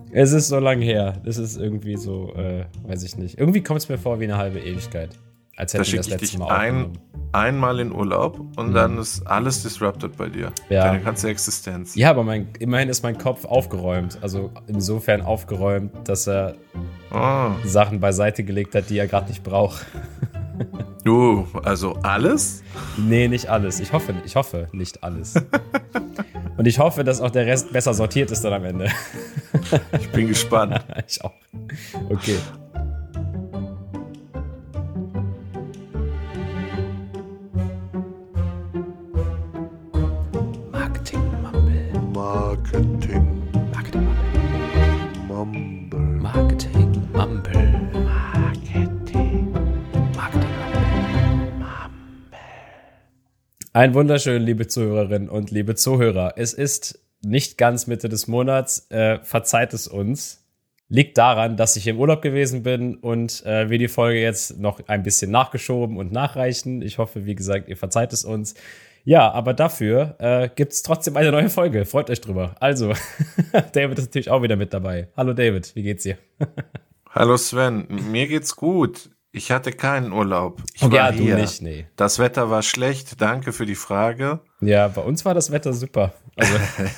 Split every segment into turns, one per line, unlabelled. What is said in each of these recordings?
Es ist so lang her. Es ist irgendwie so, weiß ich nicht. Irgendwie kommt es mir vor wie eine halbe Ewigkeit. Als
Da
hätten wir das
schicke ich
letzte
dich
Mal aufgenommen.
einmal in Urlaub und dann ist alles disrupted bei dir.
Ja.
Deine ganze Existenz.
Ja, aber immerhin ist mein Kopf aufgeräumt. Also insofern aufgeräumt, dass er Sachen beiseite gelegt hat, die er gerade nicht braucht.
Du, also alles?
Nee, nicht alles. Ich hoffe nicht alles. Und ich hoffe, dass auch der Rest besser sortiert ist dann am Ende.
Ich bin gespannt.
Ich auch. Okay. Marketing Mumble.
Marketing
Mumble.
Mumble.
Marketing Mumble. Ein wunderschön, liebe Zuhörerinnen und liebe Zuhörer. Es ist nicht ganz Mitte des Monats. Verzeiht es uns. Liegt daran, dass ich im Urlaub gewesen bin und wir die Folge jetzt noch ein bisschen nachgeschoben und nachreichen. Ich hoffe, wie gesagt, ihr verzeiht es uns. Ja, aber dafür gibt es trotzdem eine neue Folge. Freut euch drüber. Also, David ist natürlich auch wieder mit dabei. Hallo David, wie geht's dir?
Hallo Sven, mir geht's gut. Ich hatte keinen Urlaub. Ich
Ja,
war
du
hier.
nicht, nee.
Das Wetter war schlecht. Danke für die Frage.
Ja, bei uns war das Wetter super. Also,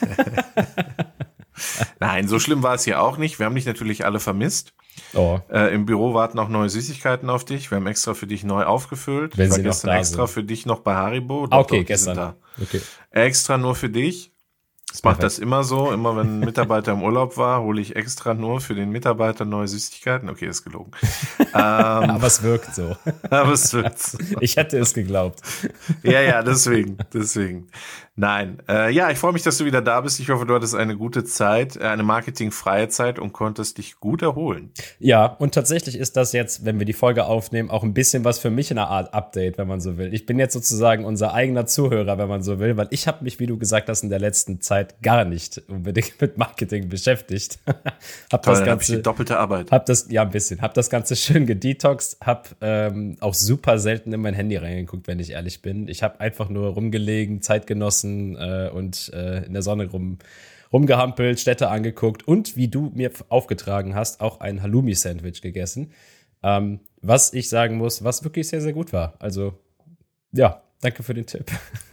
Nein, so schlimm war es hier auch nicht. Wir haben dich natürlich alle vermisst.
oh,
Im Büro warten auch neue Süßigkeiten auf dich. Wir haben extra für dich neu aufgefüllt.
Wenn
ich war
sie noch
gestern
da
extra
sind.
für dich noch bei Haribo.
okay,
die
gestern.
sind da.
Okay.
Extra nur für dich. Ich mache das immer so. Immer wenn ein Mitarbeiter im Urlaub war, hole ich extra nur für den Mitarbeiter neue Süßigkeiten. Okay, ist gelogen.
Aber es wirkt so.
Aber es wird.
Ich hätte es geglaubt.
Ja, deswegen. Nein. Ja, ich freue mich, dass du wieder da bist. Ich hoffe, du hattest eine gute Zeit, eine marketingfreie Zeit und konntest dich gut erholen.
Ja, und tatsächlich ist das jetzt, wenn wir die Folge aufnehmen, auch ein bisschen was für mich in einer Art Update, wenn man so will. Ich bin jetzt sozusagen unser eigener Zuhörer, wenn man so will, weil ich habe mich, wie du gesagt hast, in der letzten Zeit gar nicht unbedingt mit Marketing beschäftigt. Hab
Toll,
das
dann hab ich
Ganze,
die doppelte Arbeit.
hab das Ganze schön gedetoxt, hab auch super selten in mein Handy reingeguckt, wenn ich ehrlich bin. Ich habe einfach nur rumgelegen, Zeit genossen und in der Sonne rumgehampelt, Städte angeguckt und, wie du mir aufgetragen hast, auch ein Halloumi-Sandwich gegessen. Was ich sagen muss, was wirklich sehr, sehr gut war. Also, ja, danke für den Tipp.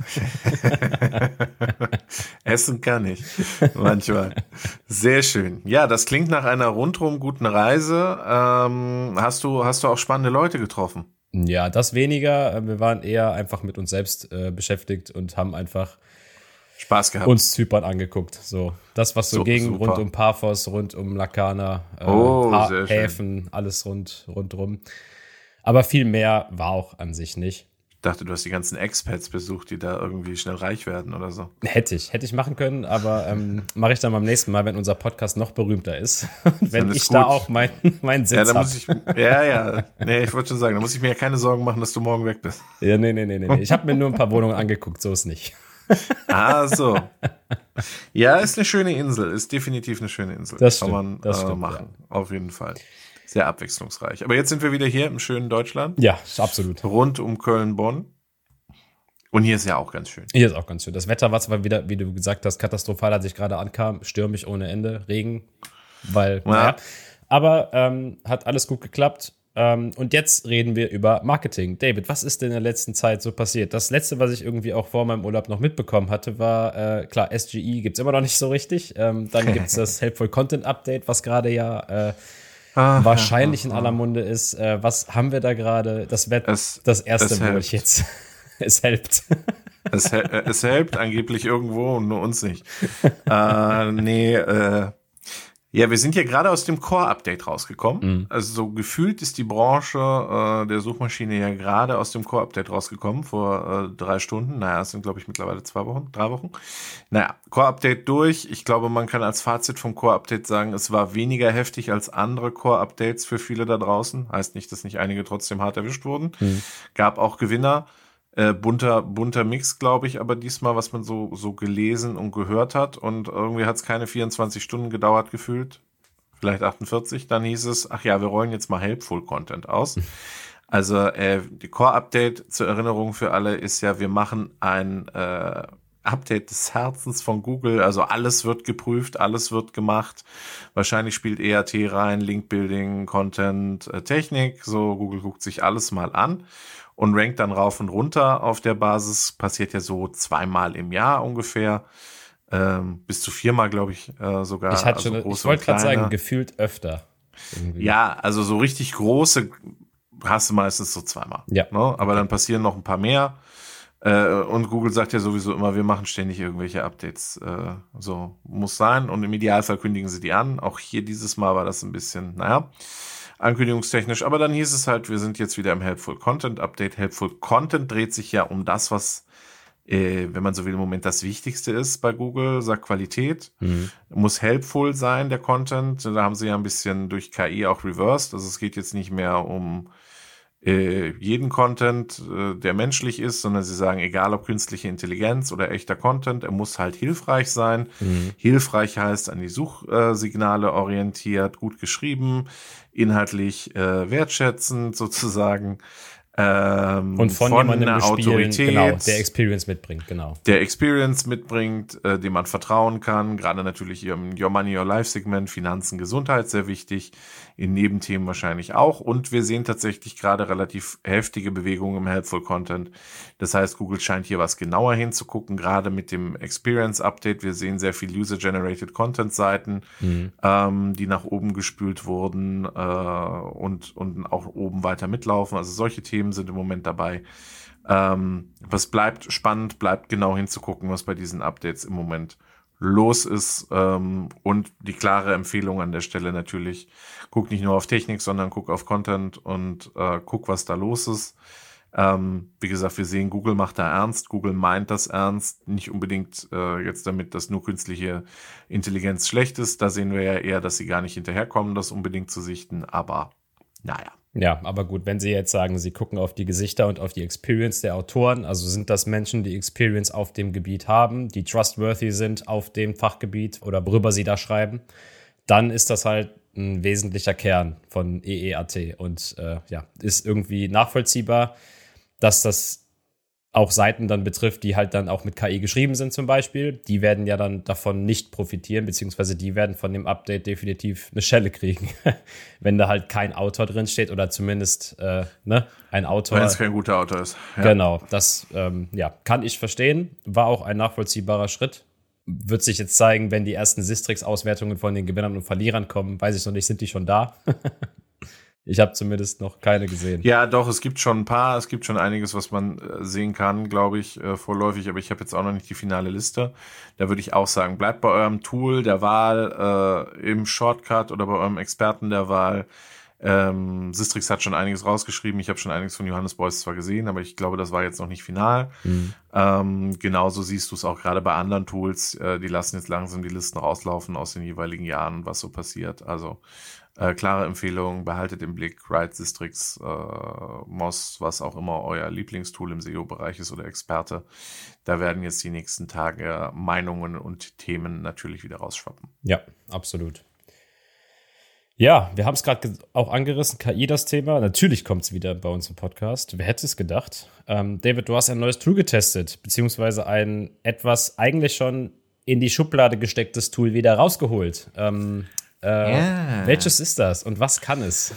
Essen kann ich manchmal. Sehr schön. Ja, das klingt nach einer rundrum guten Reise. Hast du auch spannende Leute getroffen?
Ja, das weniger. Wir waren eher einfach mit uns selbst beschäftigt und haben einfach
Spaß gehabt.
uns Zypern angeguckt. So, das, was so ging,
super.
rund um Paphos, rund um Lakana,
sehr schön.
Häfen, alles rundrum. Aber viel mehr war auch an sich nicht.
Ich dachte, du hast die ganzen Expats besucht, die da irgendwie schnell reich werden oder so.
Hätte ich machen können, aber mache ich dann beim nächsten Mal, wenn unser Podcast noch berühmter ist. Und wenn ich da auch mein Sitz
Ja, da
habe.
muss ich. Ja. Nee, ich wollte schon sagen, da muss ich mir ja keine Sorgen machen, dass du morgen weg bist.
Ja, nee. Ich habe mir nur ein paar Wohnungen angeguckt, so ist nicht.
Ah, so. Ja, ist eine schöne Insel. Ist definitiv eine schöne Insel.
Das stimmt,
Kann man
das stimmt,
machen. Ja. Auf jeden Fall. Sehr abwechslungsreich. Aber jetzt sind wir wieder hier im schönen Deutschland.
Ja, absolut.
Rund um Köln-Bonn. Und hier ist ja auch ganz schön.
Hier ist auch ganz schön. Das Wetter war zwar wieder, wie du gesagt hast, katastrophal, als ich gerade ankam. Stürmisch ohne Ende, Regen. Naja. Aber hat alles gut geklappt. Und jetzt reden wir über Marketing. David, was ist denn in der letzten Zeit so passiert? Das Letzte, was ich irgendwie auch vor meinem Urlaub noch mitbekommen hatte, war, klar, SGE gibt's immer noch nicht so richtig. Dann gibt's das Helpful Content Update, was gerade wahrscheinlich in aller Munde ist. Was haben wir da gerade? Das wird das erste, wo ich jetzt... Es helpt.
Es helpt angeblich irgendwo und nur uns nicht. Ja, wir sind ja gerade aus dem Core-Update rausgekommen.
Mhm.
Also so gefühlt ist die Branche der Suchmaschine ja gerade aus dem Core-Update rausgekommen, vor 3 Stunden. Naja, es sind, glaube ich, mittlerweile 3 Wochen. Naja, Core-Update durch. Ich glaube, man kann als Fazit vom Core-Update sagen, es war weniger heftig als andere Core-Updates für viele da draußen. Heißt nicht, dass nicht einige trotzdem hart erwischt wurden. Mhm. Gab auch Gewinner. Bunter Mix, glaube ich, aber diesmal, was man so gelesen und gehört hat. Und irgendwie hat es keine 24 Stunden gedauert gefühlt. Vielleicht 48. Dann hieß es, ach ja, wir rollen jetzt mal Helpful Content aus. Also die Core-Update zur Erinnerung für alle ist ja, wir machen ein Update des Herzens von Google. Also alles wird geprüft, alles wird gemacht. Wahrscheinlich spielt EAT rein, Link-Building, Content, Technik. So, Google guckt sich alles mal an und rankt dann rauf und runter auf der Basis. Passiert ja so 2-mal im Jahr ungefähr. Bis zu 4-mal, glaube ich, sogar.
Ich wollte gerade sagen, gefühlt öfter.
Irgendwie. Ja, also so richtig große hast du meistens so 2-mal.
Ja.
Ne? Aber dann passieren noch ein paar mehr. Und Google sagt ja sowieso immer, wir machen ständig irgendwelche Updates. So muss sein. Und im Idealfall kündigen sie die an. Auch hier dieses Mal war das ein bisschen, ankündigungstechnisch. Aber dann hieß es halt, wir sind jetzt wieder im Helpful Content Update. Helpful Content dreht sich ja um das, was wenn man so will, im Moment das Wichtigste ist bei Google, sagt Qualität. Muss helpful sein, der Content. Da haben sie ja ein bisschen durch KI auch reversed. Also es geht jetzt nicht mehr um jeden Content, der menschlich ist, sondern sie sagen, egal ob künstliche Intelligenz oder echter Content, er muss halt hilfreich sein. Hilfreich heißt an die Suchsignale orientiert, gut geschrieben, inhaltlich wertschätzend sozusagen.
Und von jemandem
einer Autorität,
genau, der Experience mitbringt, genau.
Der Experience mitbringt, dem man vertrauen kann, gerade natürlich im Your Money, Your Life Segment, Finanzen, Gesundheit sehr wichtig, in Nebenthemen wahrscheinlich auch. Und wir sehen tatsächlich gerade relativ heftige Bewegungen im Helpful Content. Das heißt, Google scheint hier was genauer hinzugucken, gerade mit dem Experience Update. Wir sehen sehr viel User-Generated Content Seiten, die nach oben gespült wurden und auch oben weiter mitlaufen. Also solche Themen sind im Moment dabei. Was bleibt spannend, bleibt genau hinzugucken, was bei diesen Updates im Moment los ist. Und die klare Empfehlung an der Stelle natürlich, guck nicht nur auf Technik, sondern guck auf Content und guck, was da los ist. Wie gesagt, wir sehen, Google macht da ernst, Google meint das ernst, nicht unbedingt jetzt damit, dass nur künstliche Intelligenz schlecht ist. Da sehen wir ja eher, dass sie gar nicht hinterherkommen, das unbedingt zu sichten, aber naja.
Ja, aber gut, wenn Sie jetzt sagen, Sie gucken auf die Gesichter und auf die Experience der Autoren, also sind das Menschen, die Experience auf dem Gebiet haben, die trustworthy sind auf dem Fachgebiet oder worüber sie da schreiben, dann ist das halt ein wesentlicher Kern von EEAT und ist irgendwie nachvollziehbar, dass das auch Seiten dann betrifft, die halt dann auch mit KI geschrieben sind zum Beispiel. Die werden ja dann davon nicht profitieren, beziehungsweise die werden von dem Update definitiv eine Schelle kriegen, wenn da halt kein Autor drin steht oder zumindest ein Autor.
Wenn es kein guter Autor ist.
Ja. Genau, das kann ich verstehen. War auch ein nachvollziehbarer Schritt. Wird sich jetzt zeigen, wenn die ersten Sistrix-Auswertungen von den Gewinnern und Verlierern kommen. Weiß ich noch nicht, sind die schon da? Ich habe zumindest noch keine gesehen.
Ja, doch, es gibt schon ein paar, es gibt schon einiges, was man sehen kann, glaube ich, vorläufig, aber ich habe jetzt auch noch nicht die finale Liste. Da würde ich auch sagen, bleibt bei eurem Tool der Wahl im Shortcut oder bei eurem Experten der Wahl. Sistrix hat schon einiges rausgeschrieben, ich habe schon einiges von Johannes Beuys zwar gesehen, aber ich glaube, das war jetzt noch nicht final. Genauso siehst du es auch gerade bei anderen Tools, die lassen jetzt langsam die Listen rauslaufen aus den jeweiligen Jahren, was so passiert. Also klare Empfehlung, behaltet im Blick, Write, Sistrix, Moz, was auch immer euer Lieblingstool im SEO-Bereich ist oder Experte. Da werden jetzt die nächsten Tage Meinungen und Themen natürlich wieder rausschwappen.
Ja, absolut. Ja, wir haben es gerade auch angerissen, KI das Thema. Natürlich kommt es wieder bei uns im Podcast. Wer hätte es gedacht? David, du hast ein neues Tool getestet, beziehungsweise ein etwas eigentlich schon in die Schublade gestecktes Tool wieder rausgeholt. Welches ist das und was kann es?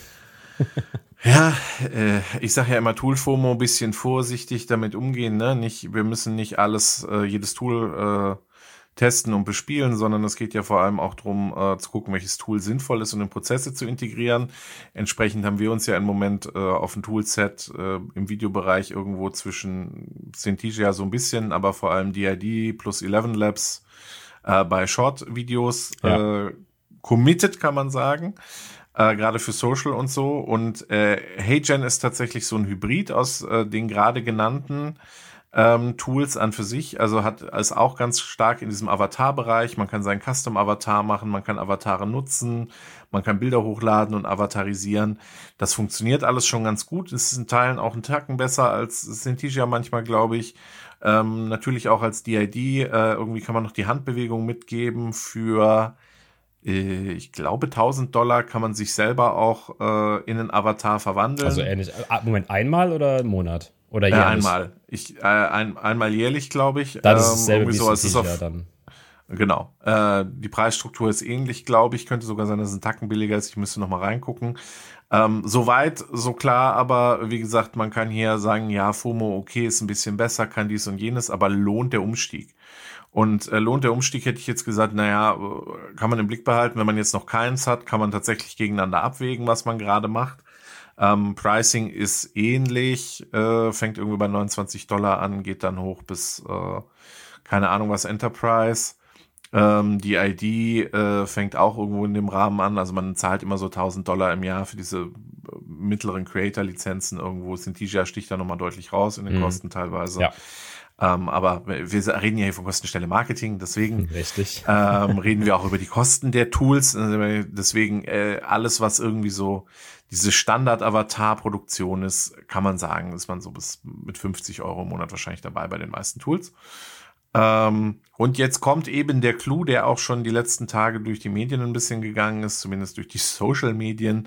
Ja, ich sage ja immer Tool-FOMO, ein bisschen vorsichtig damit umgehen. Ne? Wir müssen nicht jedes Tool testen und bespielen, sondern es geht ja vor allem auch darum, zu gucken, welches Tool sinnvoll ist und in Prozesse zu integrieren. Entsprechend haben wir uns ja im Moment auf ein Toolset im Videobereich irgendwo zwischen Synthesia so ein bisschen, aber vor allem DID plus 11 Labs bei Short-Videos committed, kann man sagen. Gerade für Social und so. Und HeyGen ist tatsächlich so ein Hybrid aus den gerade genannten Tools an für sich. Also ist auch ganz stark in diesem Avatar-Bereich. Man kann seinen Custom-Avatar machen, man kann Avatare nutzen, man kann Bilder hochladen und avatarisieren. Das funktioniert alles schon ganz gut. Es ist in Teilen auch einen Tacken besser als Synthesia manchmal, glaube ich. Natürlich auch als DID. Irgendwie kann man noch die Handbewegung mitgeben für ich glaube, $1.000 kann man sich selber auch in einen Avatar verwandeln.
Also ähnlich. Moment, einmal oder im Monat? Oder jährlich?
Einmal. Einmal jährlich, glaube ich.
Das ist dasselbe wie
so. Es ist
dann.
Genau. Die Preisstruktur ist ähnlich, glaube ich. Könnte sogar sein, dass es ein Tacken billiger ist. Ich müsste noch mal reingucken. Soweit, so klar, aber wie gesagt, man kann hier sagen, ja, FOMO, okay, ist ein bisschen besser, kann dies und jenes, aber lohnt der Umstieg? Und lohnt der Umstieg, hätte ich jetzt gesagt, naja, kann man im Blick behalten. Wenn man jetzt noch keins hat, kann man tatsächlich gegeneinander abwägen, was man gerade macht. Pricing ist ähnlich, fängt irgendwie bei $29 an, geht dann hoch bis, keine Ahnung was, Enterprise. Die ID fängt auch irgendwo in dem Rahmen an. Also man zahlt immer so $1.000 im Jahr für diese mittleren Creator-Lizenzen. Irgendwo Synthesia sticht da nochmal deutlich raus in den Kosten teilweise.
Ja.
Aber wir reden ja hier von Kostenstelle Marketing, deswegen
Richtig.
reden wir auch über die Kosten der Tools. Deswegen alles, was irgendwie so diese Standard-Avatar-Produktion ist, kann man sagen, ist man so bis mit 50 € im Monat wahrscheinlich dabei bei den meisten Tools. Und jetzt kommt eben der Clou, der auch schon die letzten Tage durch die Medien ein bisschen gegangen ist, zumindest durch die Social-Medien.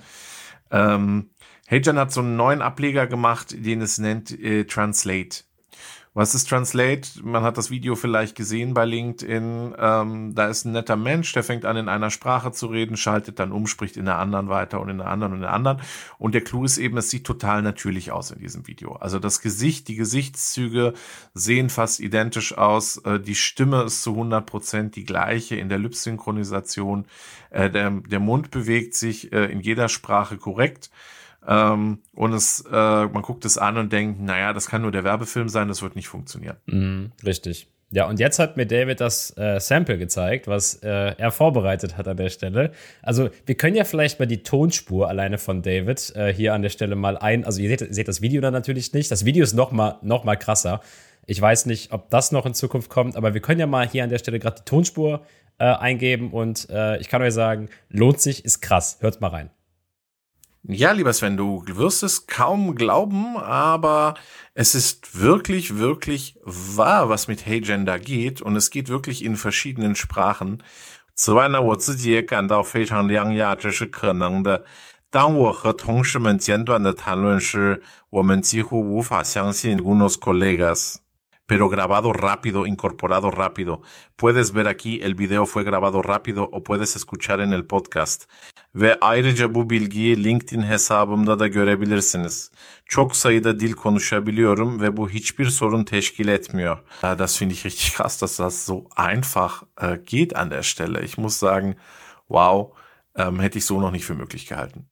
HeyGen hat so einen neuen Ableger gemacht, den es nennt Translate. Was ist Translate? Man hat das Video vielleicht gesehen bei LinkedIn. Da ist ein netter Mensch, der fängt an, in einer Sprache zu reden, schaltet dann um, spricht in der anderen weiter und in der anderen und in der anderen. Und der Clou ist eben, es sieht total natürlich aus in diesem Video. Also das Gesicht, die Gesichtszüge sehen fast identisch aus. Die Stimme ist zu 100% die gleiche in der Lip-Synchronisation. Der Mund bewegt sich in jeder Sprache korrekt. Und man guckt es an und denkt, naja, das kann nur der Werbefilm sein, das wird nicht funktionieren.
Richtig. Ja, und jetzt hat mir David das Sample gezeigt, was er vorbereitet hat an der Stelle. Also wir können ja vielleicht mal die Tonspur alleine von David hier an der Stelle mal also ihr seht das Video dann natürlich nicht. Das Video ist noch mal krasser. Ich weiß nicht, ob das noch in Zukunft kommt, aber wir können ja mal hier an der Stelle gerade die Tonspur eingeben und ich kann euch sagen, lohnt sich, ist krass. Hört mal rein.
Ja, lieber Sven, du wirst es kaum glauben, aber es ist wirklich, wirklich wahr, was mit HeyGen da geht. Und es geht wirklich in verschiedenen Sprachen. 此外呢，我自己也感到非常惊讶，这是可能的。当我和同事们简短的谈论时，我们几乎无法相信 algunos colegas。Pero grabado rápido, incorporado rápido. Puedes ver aquí, el video fue grabado rápido o puedes escuchar en el podcast. Ve ayrıca bu bilgiyi LinkedIn hesabımda da görebilirsiniz. Çok sayıda dil konuşabiliyorum ve bu hiçbir sorun teşkil etmiyor. Das finde ich richtig krass, dass das so einfach geht an der Stelle. Ich muss sagen, wow, hätte ich so noch nicht für möglich gehalten.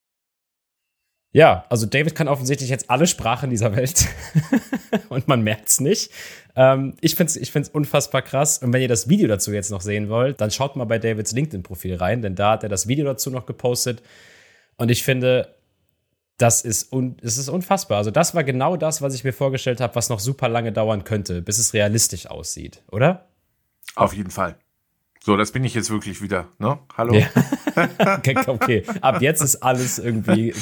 Ja, also David kann offensichtlich jetzt alle Sprachen dieser Welt und man merkt's nicht. Ich find's unfassbar krass. Und wenn ihr das Video dazu jetzt noch sehen wollt, dann schaut mal bei Davids LinkedIn-Profil rein, denn da hat er das Video dazu noch gepostet. Und ich finde, es ist unfassbar. Also das war genau das, was ich mir vorgestellt habe, was noch super lange dauern könnte, bis es realistisch aussieht, oder?
Auf jeden Fall. So, das bin ich jetzt wirklich wieder, ne? Hallo?
Ja. Okay, ab jetzt ist alles irgendwie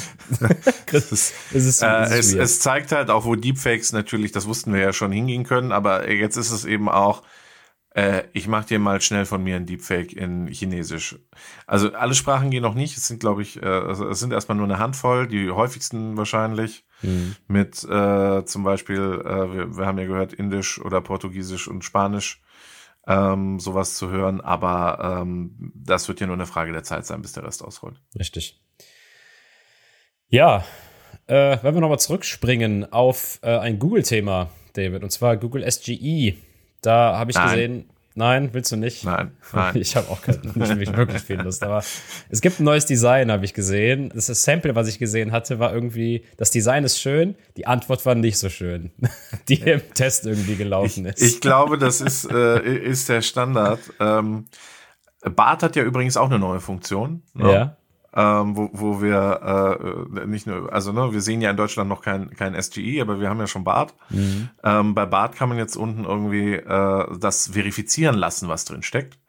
es zeigt halt auch, wo Deepfakes natürlich, das wussten wir ja schon, hingehen können, aber jetzt ist es eben auch, ich mach dir mal schnell von mir ein Deepfake in Chinesisch. Also alle Sprachen gehen noch nicht, es sind, glaube ich, es sind erstmal nur eine Handvoll, die häufigsten wahrscheinlich, mit zum Beispiel, wir haben ja gehört, Indisch oder Portugiesisch und Spanisch, sowas zu hören, aber das wird ja nur eine Frage der Zeit sein, bis der Rest ausrollt.
Richtig. Ja, wenn wir nochmal zurückspringen auf ein Google-Thema, David, und zwar Google SGE. Da habe ich gesehen, nein, willst du nicht?
Nein.
Ich habe auch nicht wirklich viel Lust, aber es gibt ein neues Design, habe ich gesehen. Das Sample, was ich gesehen hatte, war irgendwie, das Design ist schön, die Antwort war nicht so schön, die im Test irgendwie gelaufen ist.
Ich glaube, das ist der Standard. Bart hat ja übrigens auch eine neue Funktion. Ne?
Ja.
Wo wir nicht nur, also ne, wir sehen ja in Deutschland noch kein SGE, aber wir haben ja schon Bart. Bei Bart kann man jetzt unten irgendwie das verifizieren lassen, was drin steckt.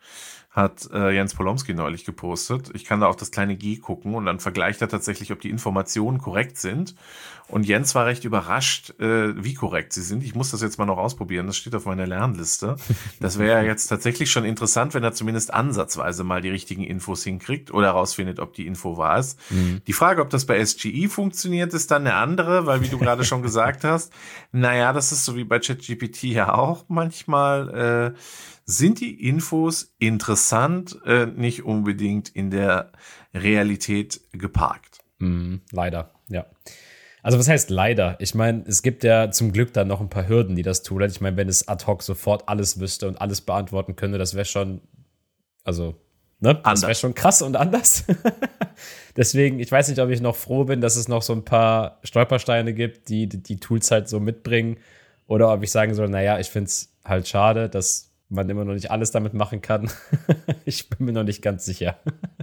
hat Jens Polomski neulich gepostet. Ich kann da auf das kleine G gucken und dann vergleicht er tatsächlich, ob die Informationen korrekt sind. Und Jens war recht überrascht, wie korrekt sie sind. Ich muss das jetzt mal noch ausprobieren. Das steht auf meiner Lernliste. Das wäre ja jetzt tatsächlich schon interessant, wenn er zumindest ansatzweise mal die richtigen Infos hinkriegt oder herausfindet, ob die Info wahr ist. Die Frage, ob das bei SGE funktioniert, ist dann eine andere, weil wie du gerade schon gesagt hast, naja, das ist so wie bei ChatGPT ja auch manchmal, sind die Infos interessant, nicht unbedingt in der Realität geparkt.
Leider, ja. Also was heißt leider? Ich meine, es gibt ja zum Glück dann noch ein paar Hürden, die das tun. Ich meine, wenn es ad hoc sofort alles wüsste und alles beantworten könnte, das wäre schon, also, ne? Das wäre schon krass und anders. Deswegen, ich weiß nicht, ob ich noch froh bin, dass es noch so ein paar Stolpersteine gibt, die Tools halt so mitbringen. Oder ob ich sagen soll, naja, ich finde es halt schade, dass man immer noch nicht alles damit machen kann. Ich bin mir noch nicht ganz sicher.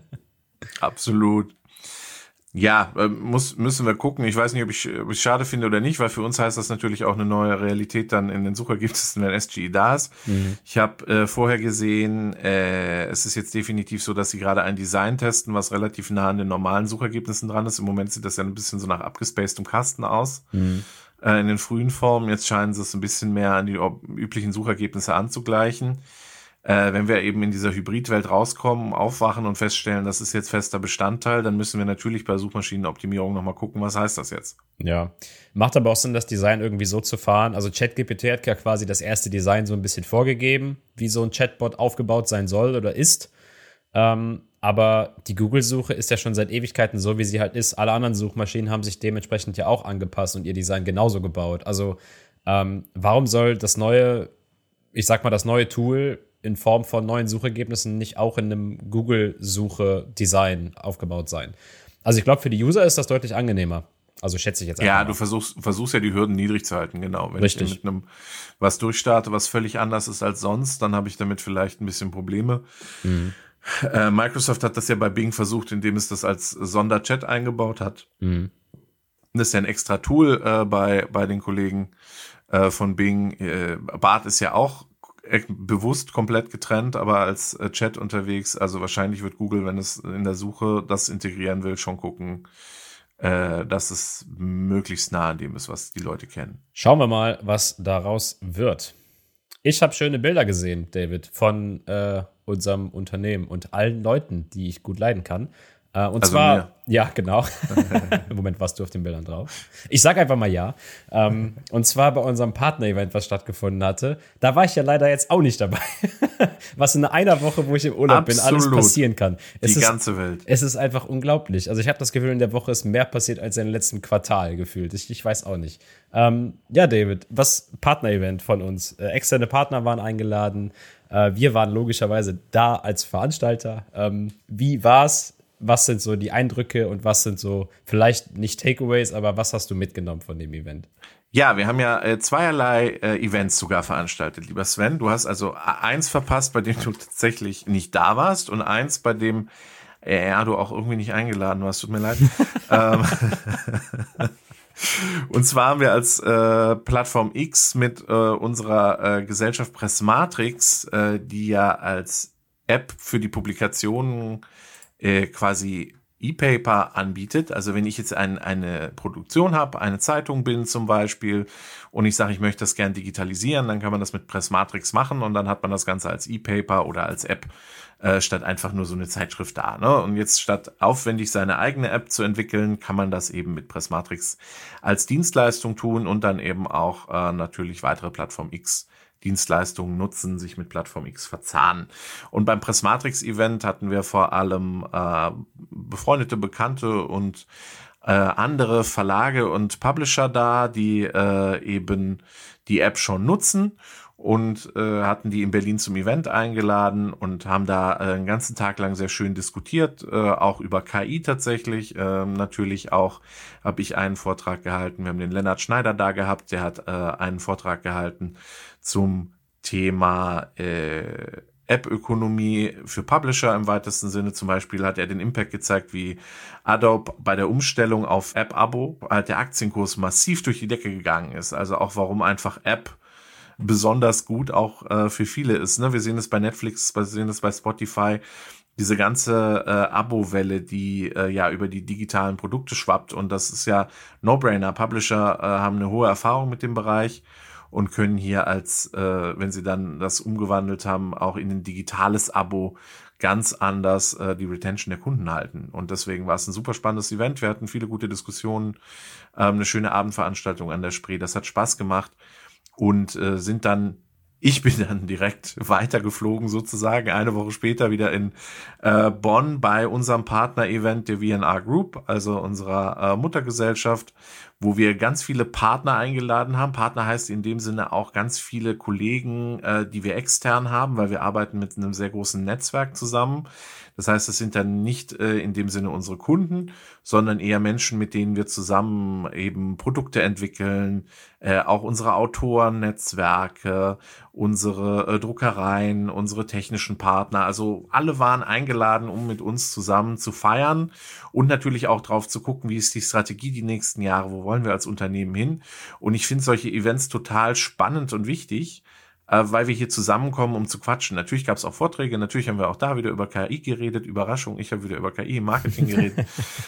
Absolut. Ja, müssen wir gucken. Ich weiß nicht, ob ich schade finde oder nicht, weil für uns heißt das natürlich auch eine neue Realität dann in den Suchergebnissen, wenn SGE da ist. Ich habe vorher gesehen, es ist jetzt definitiv so, dass sie gerade ein Design testen, was relativ nah an den normalen Suchergebnissen dran ist. Im Moment sieht das ja ein bisschen so nach abgespacedem Kasten aus. In den frühen Formen. Jetzt scheinen sie es ein bisschen mehr an die üblichen Suchergebnisse anzugleichen. Wenn wir eben in dieser Hybridwelt rauskommen, aufwachen und feststellen, das ist jetzt fester Bestandteil, dann müssen wir natürlich bei Suchmaschinenoptimierung nochmal gucken, was heißt das jetzt?
Ja, macht aber auch Sinn, das Design irgendwie so zu fahren. Also ChatGPT hat ja quasi das erste Design so ein bisschen vorgegeben, wie so ein Chatbot aufgebaut sein soll oder ist. Aber die Google-Suche ist ja schon seit Ewigkeiten so, wie sie halt ist. Alle anderen Suchmaschinen haben sich dementsprechend ja auch angepasst und ihr Design genauso gebaut. Also warum soll das neue Tool in Form von neuen Suchergebnissen nicht auch in einem Google-Suche-Design aufgebaut sein? Also ich glaube, für die User ist das deutlich angenehmer. Also schätze ich jetzt einfach.
Ja, du versuchst ja die Hürden niedrig zu halten, genau. Wenn
Richtig.
ich mit einem was durchstarte, was völlig anders ist als sonst, dann habe ich damit vielleicht ein bisschen Probleme. Microsoft hat das ja bei Bing versucht, indem es das als Sonderchat eingebaut hat. Das ist ja ein extra Tool bei den Kollegen von Bing. Bart ist ja auch bewusst komplett getrennt, aber als Chat unterwegs. Also wahrscheinlich wird Google, wenn es in der Suche das integrieren will, schon gucken, dass es möglichst nah an dem ist, was die Leute kennen.
Schauen wir mal, was daraus wird. Ich habe schöne Bilder gesehen, David, von unserem Unternehmen und allen Leuten, die ich gut leiden kann. Und also zwar, mir. Ja, genau. Im Moment warst du auf den Bildern drauf. Ich sag einfach mal ja. Und zwar bei unserem Partner-Event, was stattgefunden hatte. Da war ich ja leider jetzt auch nicht dabei. Was in einer Woche, wo ich im Urlaub bin, alles passieren kann.
Die ganze Welt.
Es ist einfach unglaublich. Also ich habe das Gefühl, in der Woche ist mehr passiert als im letzten Quartal gefühlt. Ich weiß auch nicht. Ja, David, was Partner-Event von uns. Externe Partner waren eingeladen. Wir waren logischerweise da als Veranstalter. Wie war's? Was sind so die Eindrücke und was sind so vielleicht nicht Takeaways, aber was hast du mitgenommen von dem Event?
Ja, wir haben ja zweierlei Events sogar veranstaltet, lieber Sven. Du hast also eins verpasst, bei dem du tatsächlich nicht da warst und eins, bei dem du auch irgendwie nicht eingeladen warst. Tut mir leid. Und zwar haben wir als Plattform X mit unserer Gesellschaft Pressmatrix, die ja als App für die Publikationen quasi E-Paper anbietet. Also wenn ich jetzt eine Produktion habe, eine Zeitung bin zum Beispiel und ich sage, ich möchte das gern digitalisieren, dann kann man das mit Pressmatrix machen und dann hat man das Ganze als E-Paper oder als App statt einfach nur so eine Zeitschrift da. Ne? Und jetzt statt aufwendig seine eigene App zu entwickeln, kann man das eben mit Pressmatrix als Dienstleistung tun und dann eben auch natürlich weitere Plattform X Dienstleistungen nutzen, sich mit Plattform X verzahnen. Und beim Pressmatrix-Event hatten wir vor allem befreundete Bekannte und andere Verlage und Publisher da, die eben die App schon nutzen und hatten die in Berlin zum Event eingeladen und haben da einen ganzen Tag lang sehr schön diskutiert, auch über KI tatsächlich. Natürlich auch habe ich einen Vortrag gehalten. Wir haben den Lennart Schneider da gehabt, der hat einen Vortrag gehalten zum Thema App-Ökonomie für Publisher im weitesten Sinne. Zum Beispiel hat er den Impact gezeigt, wie Adobe bei der Umstellung auf App-Abo der Aktienkurs massiv durch die Decke gegangen ist. Also auch warum einfach App besonders gut auch für viele ist. Ne? Wir sehen es bei Netflix, wir sehen es bei Spotify, diese ganze Abo-Welle, die ja über die digitalen Produkte schwappt. Und das ist ja No-Brainer. Publisher haben eine hohe Erfahrung mit dem Bereich und können hier wenn sie dann das umgewandelt haben, auch in ein digitales Abo ganz anders die Retention der Kunden halten. Und deswegen war es ein super spannendes Event. Wir hatten viele gute Diskussionen, eine schöne Abendveranstaltung an der Spree. Das hat Spaß gemacht und ich bin dann direkt weitergeflogen sozusagen, eine Woche später wieder in Bonn bei unserem Partner-Event der V&R Group, also unserer Muttergesellschaft, wo wir ganz viele Partner eingeladen haben. Partner heißt in dem Sinne auch ganz viele Kollegen, die wir extern haben, weil wir arbeiten mit einem sehr großen Netzwerk zusammen. Das heißt, es sind dann nicht in dem Sinne unsere Kunden, sondern eher Menschen, mit denen wir zusammen eben Produkte entwickeln, auch unsere Autorennetzwerke, unsere Druckereien, unsere technischen Partner. Also alle waren eingeladen, um mit uns zusammen zu feiern und natürlich auch drauf zu gucken, wie ist die Strategie die nächsten Jahre, wo wollen wir als Unternehmen hin. Und ich finde solche Events total spannend und wichtig, weil wir hier zusammenkommen, um zu quatschen. Natürlich gab es auch Vorträge, natürlich haben wir auch da wieder über KI geredet, Überraschung, ich habe wieder über KI im Marketing geredet.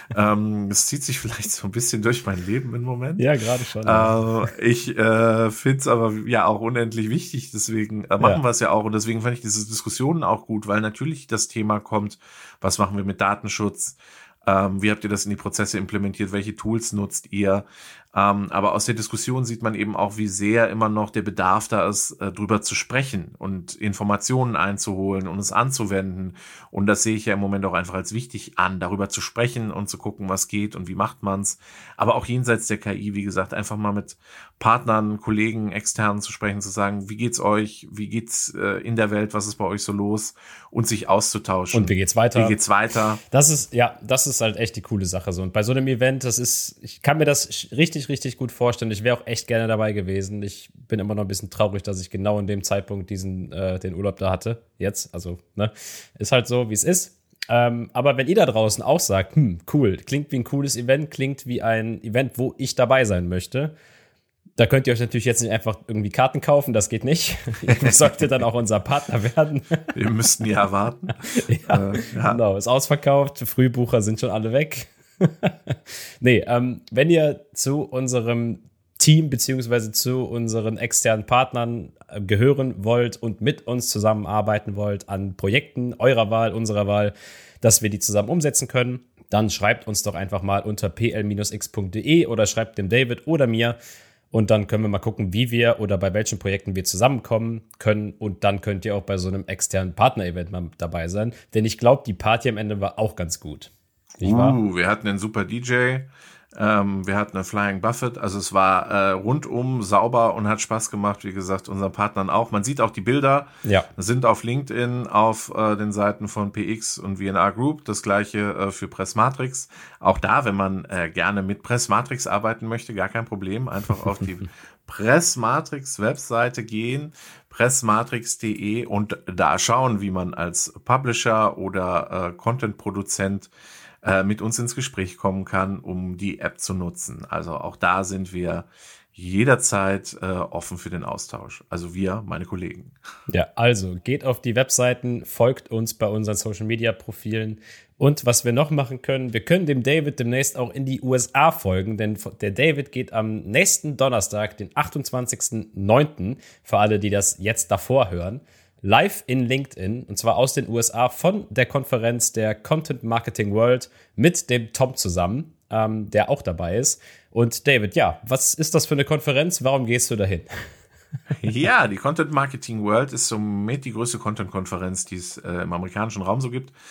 Das zieht sich vielleicht so ein bisschen durch mein Leben im Moment.
Ja, gerade schon.
Ich finde es aber ja auch unendlich wichtig, deswegen machen wir es ja auch und deswegen fand ich diese Diskussionen auch gut, weil natürlich das Thema kommt, was machen wir mit Datenschutz? Wie habt ihr das in die Prozesse implementiert? Welche Tools nutzt ihr? Aber aus der Diskussion sieht man eben auch, wie sehr immer noch der Bedarf da ist, drüber zu sprechen und Informationen einzuholen und es anzuwenden. Und das sehe ich ja im Moment auch einfach als wichtig an, darüber zu sprechen und zu gucken, was geht und wie macht man's. Aber auch jenseits der KI, wie gesagt, einfach mal mit Partnern, Kollegen, Externen zu sprechen, zu sagen, wie geht's euch? Wie geht's in der Welt? Was ist bei euch so los? Und sich auszutauschen.
Und wie geht's weiter?
Wie geht's weiter?
Das ist halt echt die coole Sache. So. Und bei so einem Event, ich kann mir das richtig gut vorstellen. Ich wäre auch echt gerne dabei gewesen. Ich bin immer noch ein bisschen traurig, dass ich genau in dem Zeitpunkt den Urlaub da hatte. Jetzt, also, ne, ist halt so, wie es ist. Aber wenn ihr da draußen auch sagt, cool, klingt wie ein cooles Event, klingt wie ein Event, wo ich dabei sein möchte, da könnt ihr euch natürlich jetzt nicht einfach irgendwie Karten kaufen, das geht nicht. Ihr solltet dann auch unser Partner werden.
Wir müssten ja warten.
Ja. Genau, ist ausverkauft, Frühbucher sind schon alle weg. Nee, wenn ihr zu unserem Team beziehungsweise zu unseren externen Partnern gehören wollt und mit uns zusammenarbeiten wollt an Projekten eurer Wahl, unserer Wahl, dass wir die zusammen umsetzen können, dann schreibt uns doch einfach mal unter pl-x.de oder schreibt dem David oder mir. Und dann können wir mal gucken, wie wir oder bei welchen Projekten wir zusammenkommen können. Und dann könnt ihr auch bei so einem externen Partner-Event mal dabei sein. Denn ich glaube, die Party am Ende war auch ganz gut. Nicht wahr?
Wir hatten einen super DJ. Wir hatten eine Flying Buffet. Also es war rundum sauber und hat Spaß gemacht. Wie gesagt, unseren Partnern auch. Man sieht auch die Bilder.
Ja.
Sind auf LinkedIn, auf den Seiten von PX und V&R Group. Das gleiche für Pressmatrix. Auch da, wenn man gerne mit Pressmatrix arbeiten möchte, gar kein Problem. Einfach auf die Pressmatrix-Webseite gehen, pressmatrix.de und da schauen, wie man als Publisher oder Content-Produzent mit uns ins Gespräch kommen kann, um die App zu nutzen. Also auch da sind wir jederzeit offen für den Austausch. Also wir, meine Kollegen.
Ja, also geht auf die Webseiten, folgt uns bei unseren Social-Media-Profilen. Und was wir noch machen können, wir können dem David demnächst auch in die USA folgen, denn der David geht am nächsten Donnerstag, den 28.09., für alle, die das jetzt davor hören, live in LinkedIn, und zwar aus den USA von der Konferenz der Content Marketing World mit dem Tom zusammen, der auch dabei ist. Und David, ja, was ist das für eine Konferenz? Warum gehst du dahin?
Ja, die Content Marketing World ist somit die größte Content-Konferenz, die es im amerikanischen Raum so gibt.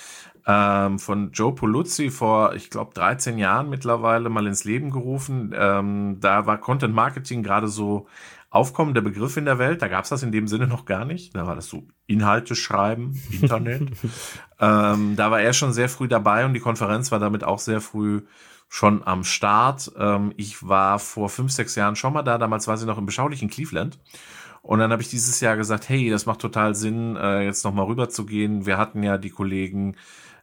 Von Joe Pulizzi vor, ich glaube, 13 Jahren mittlerweile mal ins Leben gerufen. Da war Content Marketing gerade so aufkommender Begriff in der Welt. Da gab es das in dem Sinne noch gar nicht. Da war das so Inhalte schreiben, Internet. Da war er schon sehr früh dabei und die Konferenz war damit auch sehr früh schon am Start. Ich war vor 5, 6 Jahren schon mal da. Damals war sie noch im beschaulichen Cleveland. Und dann habe ich dieses Jahr gesagt, hey, das macht total Sinn, jetzt nochmal rüber zu gehen. Wir hatten ja die Kollegen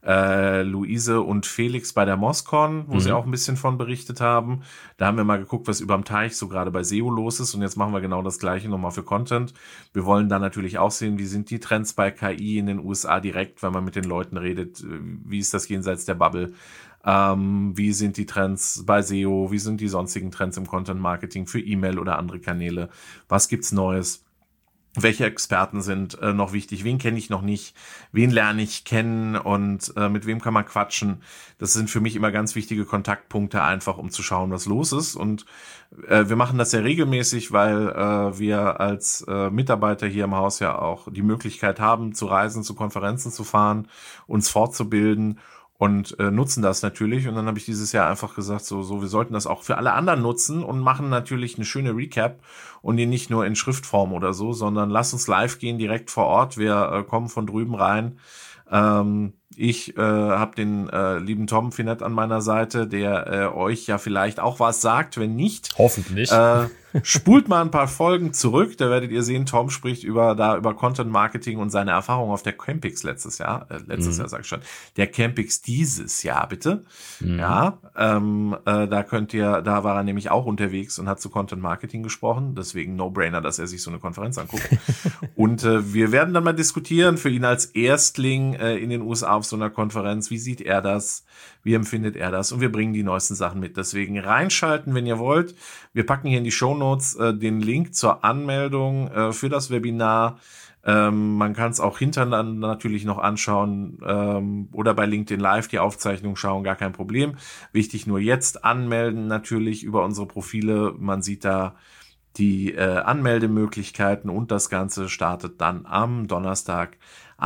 Luise und Felix bei der MOSCON, wo sie auch ein bisschen von berichtet haben. Da haben wir mal geguckt, was überm Teich so gerade bei SEO los ist. Und jetzt machen wir genau das Gleiche nochmal für Content. Wir wollen dann natürlich auch sehen, wie sind die Trends bei KI in den USA direkt, wenn man mit den Leuten redet. Wie ist das jenseits der Bubble? Wie sind die Trends bei SEO? Wie sind die sonstigen Trends im Content Marketing für E-Mail oder andere Kanäle? Was gibt's Neues? Welche Experten sind noch wichtig? Wen kenne ich noch nicht? Wen lerne ich kennen? Und mit wem kann man quatschen? Das sind für mich immer ganz wichtige Kontaktpunkte, einfach um zu schauen, was los ist. Und wir machen das ja regelmäßig, weil wir als Mitarbeiter hier im Haus ja auch die Möglichkeit haben, zu reisen, zu Konferenzen zu fahren, uns fortzubilden. Und nutzen das natürlich. Und dann habe ich dieses Jahr einfach gesagt, so wir sollten das auch für alle anderen nutzen und machen natürlich eine schöne Recap und die nicht nur in Schriftform oder so, sondern lass uns live gehen, direkt vor Ort. Wir kommen von drüben rein. Ich habe den lieben Tom Finett an meiner Seite, der euch ja vielleicht auch was sagt. Wenn nicht,
hoffentlich.
Spult mal ein paar Folgen zurück, da werdet ihr sehen, Tom spricht über Content Marketing und seine Erfahrung auf der Campix letztes Jahr sag ich schon, der Campix dieses Jahr, bitte. Ja, da war er nämlich auch unterwegs und hat zu Content Marketing gesprochen, deswegen No-Brainer, dass er sich so eine Konferenz anguckt. Und wir werden dann mal diskutieren, für ihn als Erstling in den USA auf so einer Konferenz, wie sieht er das, wie empfindet er das, und wir bringen die neuesten Sachen mit. Deswegen reinschalten, wenn ihr wollt. Wir packen hier in die Shownotes den Link zur Anmeldung für das Webinar. Man kann es auch hintereinander natürlich noch anschauen oder bei LinkedIn Live die Aufzeichnung schauen, gar kein Problem. Wichtig nur jetzt anmelden natürlich über unsere Profile. Man sieht da die Anmeldemöglichkeiten und das Ganze startet dann am Donnerstag,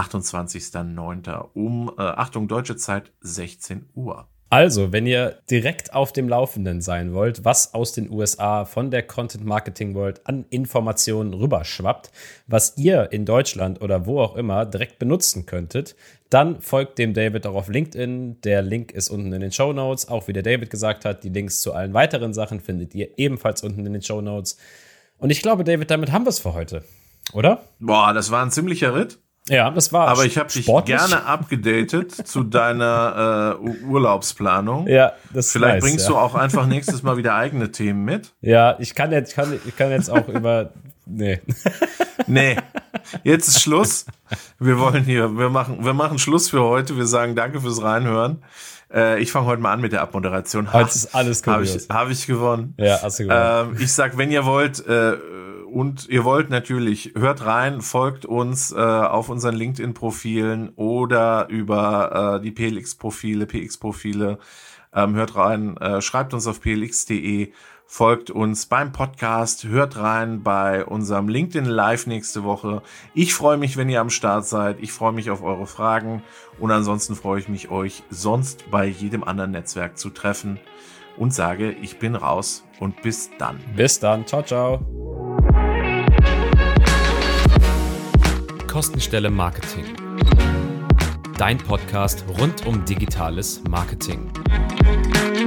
28.09. Achtung, deutsche Zeit, 16 Uhr.
Also, wenn ihr direkt auf dem Laufenden sein wollt, was aus den USA von der Content Marketing World an Informationen rüberschwappt, was ihr in Deutschland oder wo auch immer direkt benutzen könntet, dann folgt dem David auch auf LinkedIn. Der Link ist unten in den Shownotes. Auch wie der David gesagt hat, die Links zu allen weiteren Sachen findet ihr ebenfalls unten in den Shownotes. Und ich glaube, David, damit haben wir es für heute, oder?
Boah, das war ein ziemlicher Ritt.
Ja, das war
aber ich habe dich gerne abgedatet zu deiner Urlaubsplanung.
Ja, das
vielleicht
nice,
bringst du auch einfach nächstes Mal wieder eigene Themen mit.
Ja, ich kann jetzt auch über nee,
jetzt ist Schluss. Wir machen Schluss für heute. Wir sagen danke fürs Reinhören. Ich fange heute mal an mit der Abmoderation.
Heute ist alles kurios.
Habe ich gewonnen.
Ja, hast du gewonnen.
Ich sag, wenn ihr wollt und ihr wollt natürlich, hört rein, folgt uns auf unseren LinkedIn-Profilen oder über die PX-Profile, hört rein, schreibt uns auf plx.de, folgt uns beim Podcast, hört rein bei unserem LinkedIn Live nächste Woche. Ich freue mich, wenn ihr am Start seid. Ich freue mich auf eure Fragen und ansonsten freue ich mich, euch sonst bei jedem anderen Netzwerk zu treffen und sage, ich bin raus und bis dann.
Bis dann. Ciao, ciao. Kostenstelle Marketing. Dein Podcast rund um digitales Marketing.